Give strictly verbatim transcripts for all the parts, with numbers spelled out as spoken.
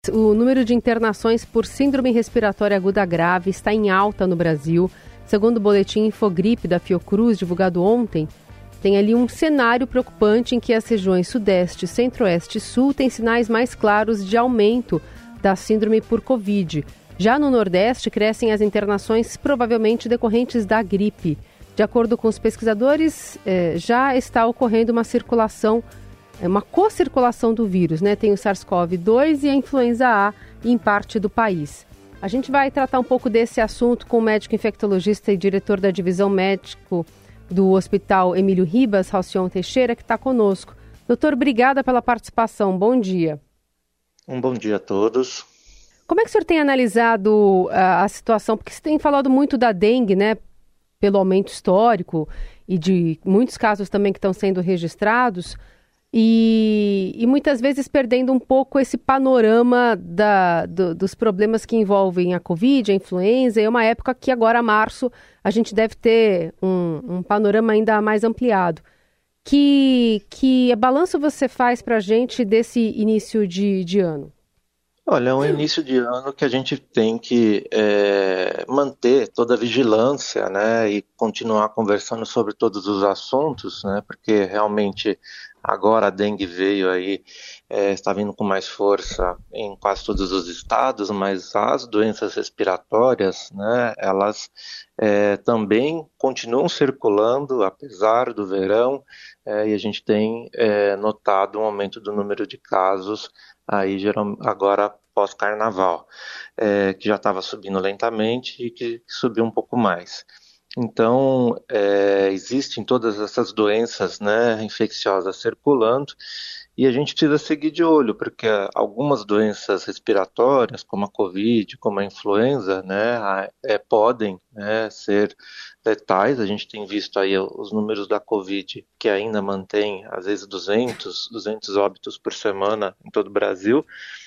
O número de internações por síndrome respiratória aguda grave está em alta no Brasil. Segundo o boletim Infogripe da Fiocruz, divulgado ontem, tem ali um cenário preocupante em que as regiões Sudeste, Centro-Oeste e Sul têm sinais mais claros de aumento da síndrome por Covid. Já no Nordeste, crescem as internações provavelmente decorrentes da gripe. De acordo com os pesquisadores, eh, já está ocorrendo uma circulação É uma co-circulação do vírus, né? Tem o SARS-CoV dois e a influenza A em parte do país. A gente vai tratar um pouco desse assunto com o médico infectologista e diretor da divisão médico do Hospital Emílio Ribas, Halcyon Teixeira, que está conosco. Doutor, obrigada pela participação. Bom dia. Um bom dia a todos. Como é que o senhor tem analisado a, a situação? Porque você tem falado muito da dengue, né? Pelo aumento histórico e de muitos casos também que estão sendo registrados. E, e muitas vezes perdendo um pouco esse panorama da, do, dos problemas que envolvem a Covid, a influenza. É uma época que agora, março, a gente deve ter um, um panorama ainda mais ampliado. Que, que balanço você faz para a gente desse início de, de ano? Olha, é um início de ano que a gente tem que é, manter toda a vigilância, né, e continuar conversando sobre todos os assuntos, né, porque realmente agora a dengue veio aí, é, está vindo com mais força em quase todos os estados, mas as doenças respiratórias, né, elas é, também continuam circulando, apesar do verão, é, e a gente tem é, notado um aumento do número de casos aí geral, agora pós-carnaval, é, que já estava subindo lentamente e que subiu um pouco mais. Então, é, existem todas essas doenças, né, infecciosas circulando e a gente precisa seguir de olho, porque algumas doenças respiratórias, como a Covid, como a influenza, né, é, podem, né, ser letais. A gente tem visto aí os números da Covid que ainda mantém, às vezes, duzentos, duzentos óbitos por semana em todo o Brasil.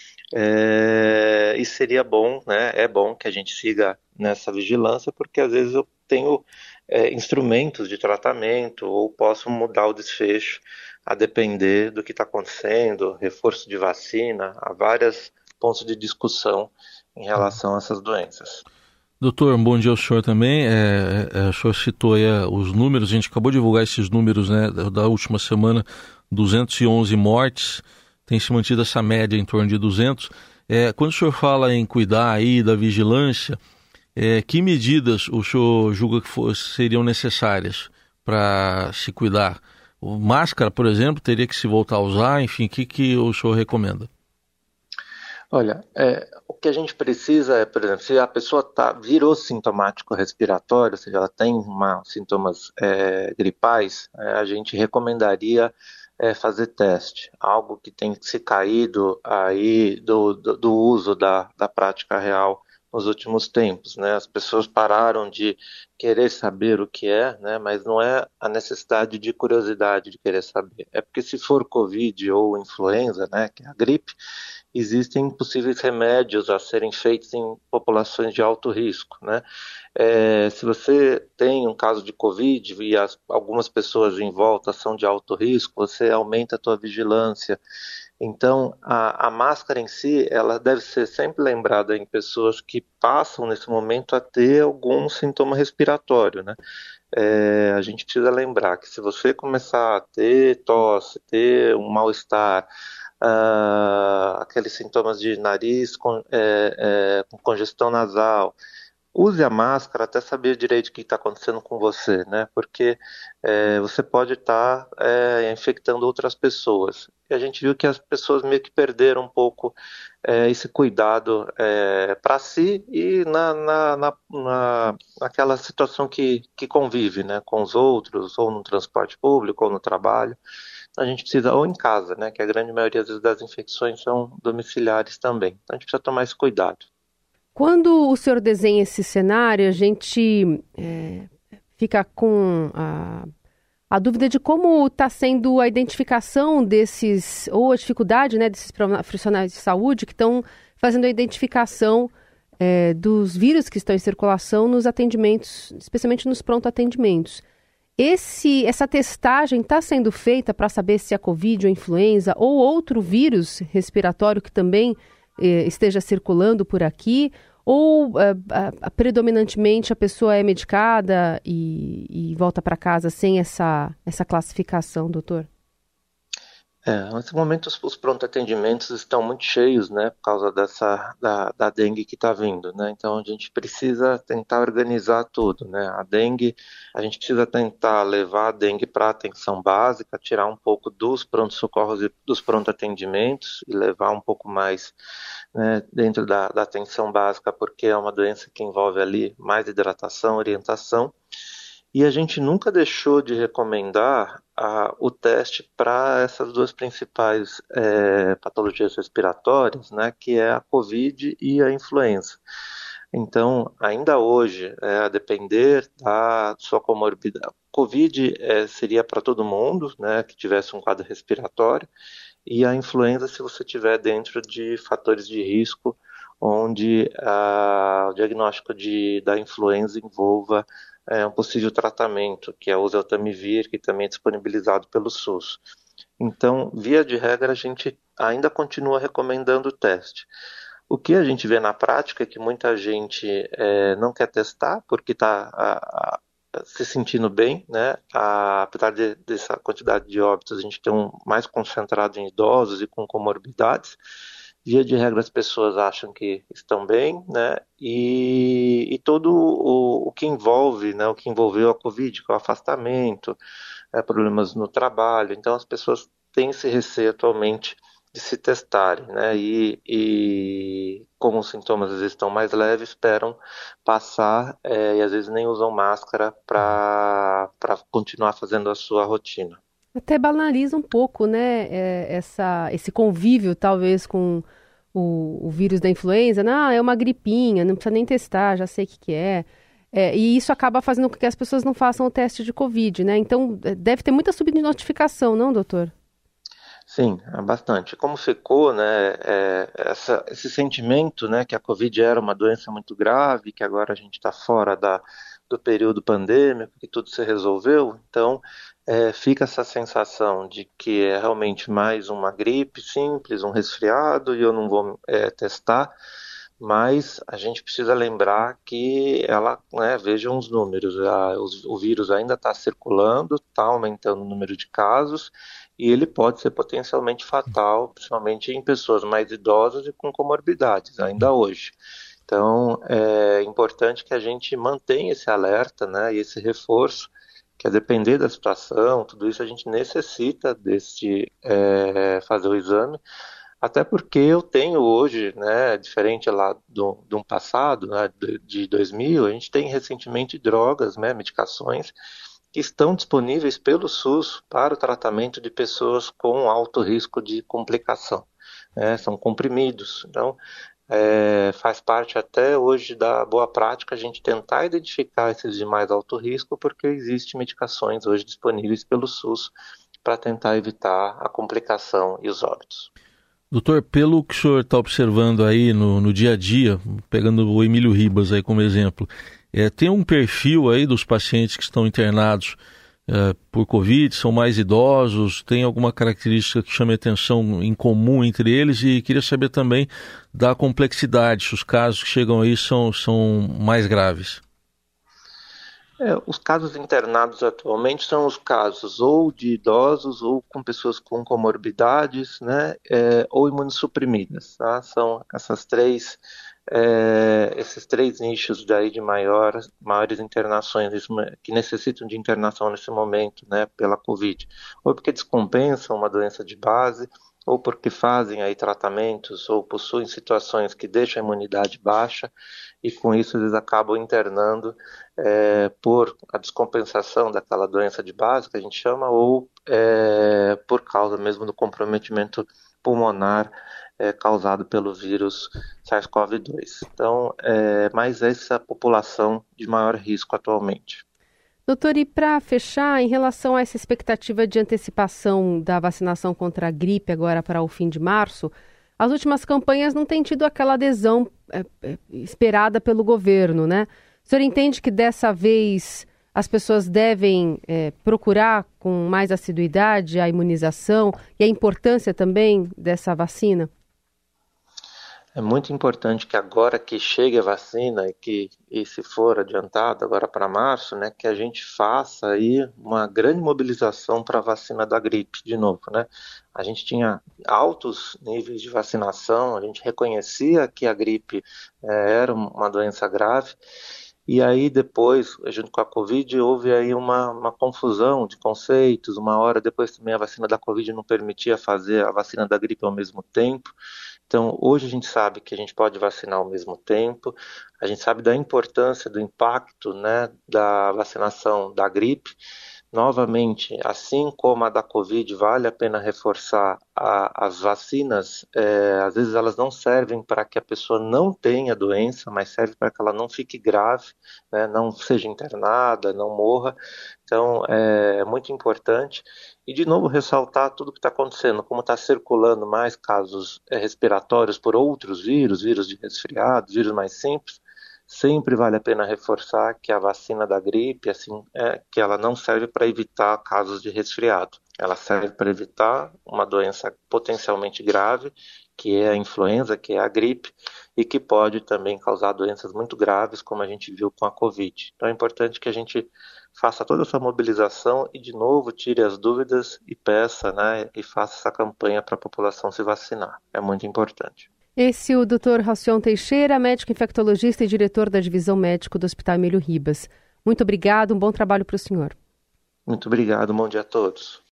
É, e seria bom, né, é bom que a gente siga nessa vigilância, porque às vezes eu tenho é, instrumentos de tratamento ou posso mudar o desfecho a depender do que está acontecendo, reforço de vacina, há vários pontos de discussão em relação a essas doenças. Doutor, bom dia ao senhor também. É, é, o senhor citou aí os números, a gente acabou de divulgar esses números, né, da, da última semana, duzentas e onze mortes, tem se mantido essa média em torno de duzentos. É, quando o senhor fala em cuidar aí da vigilância, é, que medidas o senhor julga que for, seriam necessárias para se cuidar? O máscara, por exemplo, teria que se voltar a usar, enfim, o que, que o senhor recomenda? Olha, é, o que a gente precisa é, por exemplo, se a pessoa tá, virou sintomático respiratório, ou seja, ela tem uma, sintomas é, gripais, é, a gente recomendaria é, fazer teste, algo que tem se caído aí do, do, do uso da, da prática real nos últimos tempos, né? As pessoas pararam de querer saber o que é, né? Mas não é a necessidade de curiosidade de querer saber, é porque se for Covid ou influenza, né, que é a gripe, existem possíveis remédios a serem feitos em populações de alto risco, né? É, se você tem um caso de Covid e as, algumas pessoas em volta são de alto risco, você aumenta a tua vigilância. Então, a, a máscara em si, ela deve ser sempre lembrada em pessoas que passam nesse momento a ter algum sintoma respiratório, né? É, a gente precisa lembrar que se você começar a ter tosse, ter um mal-estar, Uh, aqueles sintomas de nariz com, é, é, com congestão nasal, use a máscara até saber direito o que está acontecendo com você, né? Porque é, você pode estar tá, é, infectando outras pessoas. E a gente viu que as pessoas meio que perderam um pouco é, esse cuidado é, para si e na, na, na, na, naquela situação que, que convive, né, com os outros, ou no transporte público, ou no trabalho. A gente precisa, ou em casa, né, que a grande maioria das infecções são domiciliares também. Então a gente precisa tomar esse cuidado. Quando o senhor desenha esse cenário, a gente é, fica com a, a dúvida de como está sendo a identificação desses, ou a dificuldade, né, desses profissionais de saúde que estão fazendo a identificação é, dos vírus que estão em circulação nos atendimentos, especialmente nos pronto-atendimentos. Esse, essa testagem está sendo feita para saber se é Covid ou influenza ou outro vírus respiratório que também eh, esteja circulando por aqui? Ou eh, a, a, predominantemente a pessoa é medicada e, e volta para casa sem essa, essa classificação, doutor? É, nesse momento os, os pronto-atendimentos estão muito cheios, né, por causa dessa, da, da dengue que está vindo, né, então a gente precisa tentar organizar tudo, né, a dengue, a gente precisa tentar levar a dengue para a atenção básica, tirar um pouco dos pronto-socorros e dos pronto-atendimentos e levar um pouco mais, né, dentro da, da atenção básica, porque é uma doença que envolve ali mais hidratação, orientação. E a gente nunca deixou de recomendar a, o teste para essas duas principais é, patologias respiratórias, né, que é a Covid e a influenza. Então, ainda hoje, é, a depender da sua comorbidade, Covid é, seria para todo mundo, né, que tivesse um quadro respiratório, e a influenza se você tiver dentro de fatores de risco, onde a, o diagnóstico de, da influenza envolva é, um possível tratamento, que é o oseltamivir, que também é disponibilizado pelo SUS. Então, via de regra, a gente ainda continua recomendando o teste. O que a gente vê na prática é que muita gente é, não quer testar porque está se sentindo bem, né? A, apesar de, dessa quantidade de óbitos, a gente tem um mais concentrado em idosos e com comorbidades. Via de regra, as pessoas acham que estão bem, né? E, e todo o, o que envolve, né? O que envolveu a Covid, que é o afastamento, é, problemas no trabalho. Então, as pessoas têm esse receio atualmente de se testarem, né? E, e como os sintomas às vezes estão mais leves, esperam passar é, e às vezes nem usam máscara para para continuar fazendo a sua rotina. Até banaliza um pouco, né, essa, esse convívio, talvez, com o, o vírus da influenza. Não, é uma gripinha, não precisa nem testar, já sei o que, que é. é. E isso acaba fazendo com que as pessoas não façam o teste de Covid, né? Então, deve ter muita subnotificação, não, doutor? Sim, bastante. Como ficou, né, é, essa, esse sentimento, né, que a Covid era uma doença muito grave, que agora a gente está fora da, do período pandêmico, que tudo se resolveu, então é, fica essa sensação de que é realmente mais uma gripe simples, um resfriado, e eu não vou é, testar, mas a gente precisa lembrar que ela, né, vejam os números, a, os, o vírus ainda está circulando, está aumentando o número de casos, e ele pode ser potencialmente fatal, principalmente em pessoas mais idosas e com comorbidades, ainda hoje. Então, é importante que a gente mantenha esse alerta, né, e esse reforço, que a depender da situação, tudo isso a gente necessita desse, é, fazer o exame, até porque eu tenho hoje, né, diferente lá do, de um passado, né, de, de dois mil, a gente tem recentemente drogas, né, medicações, que estão disponíveis pelo SUS para o tratamento de pessoas com alto risco de complicação. É, são comprimidos. Então, é, faz parte até hoje da boa prática a gente tentar identificar esses de mais alto risco, porque existem medicações hoje disponíveis pelo SUS para tentar evitar a complicação e os óbitos. Doutor, pelo que o senhor está observando aí no, no dia a dia, pegando o Emílio Ribas aí como exemplo, É, tem um perfil aí dos pacientes que estão internados é, por Covid, são mais idosos, tem alguma característica que chame atenção em comum entre eles, e queria saber também da complexidade, se os casos que chegam aí são, são mais graves. É, os casos internados atualmente são os casos ou de idosos ou com pessoas com comorbidades, né, é, ou imunossuprimidas, tá? São essas três É, esses três nichos daí de maior, maiores internações que necessitam de internação nesse momento, né, pela Covid, ou porque descompensam uma doença de base, ou porque fazem aí tratamentos ou possuem situações que deixam a imunidade baixa e com isso eles acabam internando é, por a descompensação daquela doença de base que a gente chama, ou é, por causa mesmo do comprometimento pulmonar É, causado pelo vírus SARS-CoV dois. Então, é mais essa população de maior risco atualmente. Doutor, e para fechar, em relação a essa expectativa de antecipação da vacinação contra a gripe agora para o fim de março, as últimas campanhas não têm tido aquela adesão é, é, esperada pelo governo, né? O senhor entende que dessa vez as pessoas devem é, procurar com mais assiduidade a imunização e a importância também dessa vacina? É muito importante que agora que chegue a vacina e que, e se for adiantado agora para março, né, que a gente faça aí uma grande mobilização para a vacina da gripe de novo, né? A gente tinha altos níveis de vacinação, a gente reconhecia que a gripe eh, era uma doença grave. E aí depois, junto com a Covid, houve aí uma, uma confusão de conceitos. Uma hora depois também a vacina da Covid não permitia fazer a vacina da gripe ao mesmo tempo. Então, hoje a gente sabe que a gente pode vacinar ao mesmo tempo, a gente sabe da importância, do impacto, né, da vacinação da gripe. Novamente, assim como a da Covid, vale a pena reforçar a, as vacinas, é, às vezes elas não servem para que a pessoa não tenha doença, mas servem para que ela não fique grave, né, não seja internada, não morra. Então, é, é muito importante. E, de novo, ressaltar tudo o que está acontecendo, como está circulando mais casos é, respiratórios por outros vírus, vírus de resfriado, vírus mais simples. Sempre vale a pena reforçar que a vacina da gripe, assim, é, que ela não serve para evitar casos de resfriado. Ela serve para evitar uma doença potencialmente grave, que é a influenza, que é a gripe, e que pode também causar doenças muito graves, como a gente viu com a Covid. Então é importante que a gente faça toda essa mobilização e, de novo, tire as dúvidas e peça, né, e faça essa campanha para a população se vacinar. É muito importante. Esse é o doutor Halcyon Teixeira, médico infectologista e diretor da Divisão Médico do Hospital Emílio Ribas. Muito obrigado, um bom trabalho para o senhor. Muito obrigado, bom dia a todos.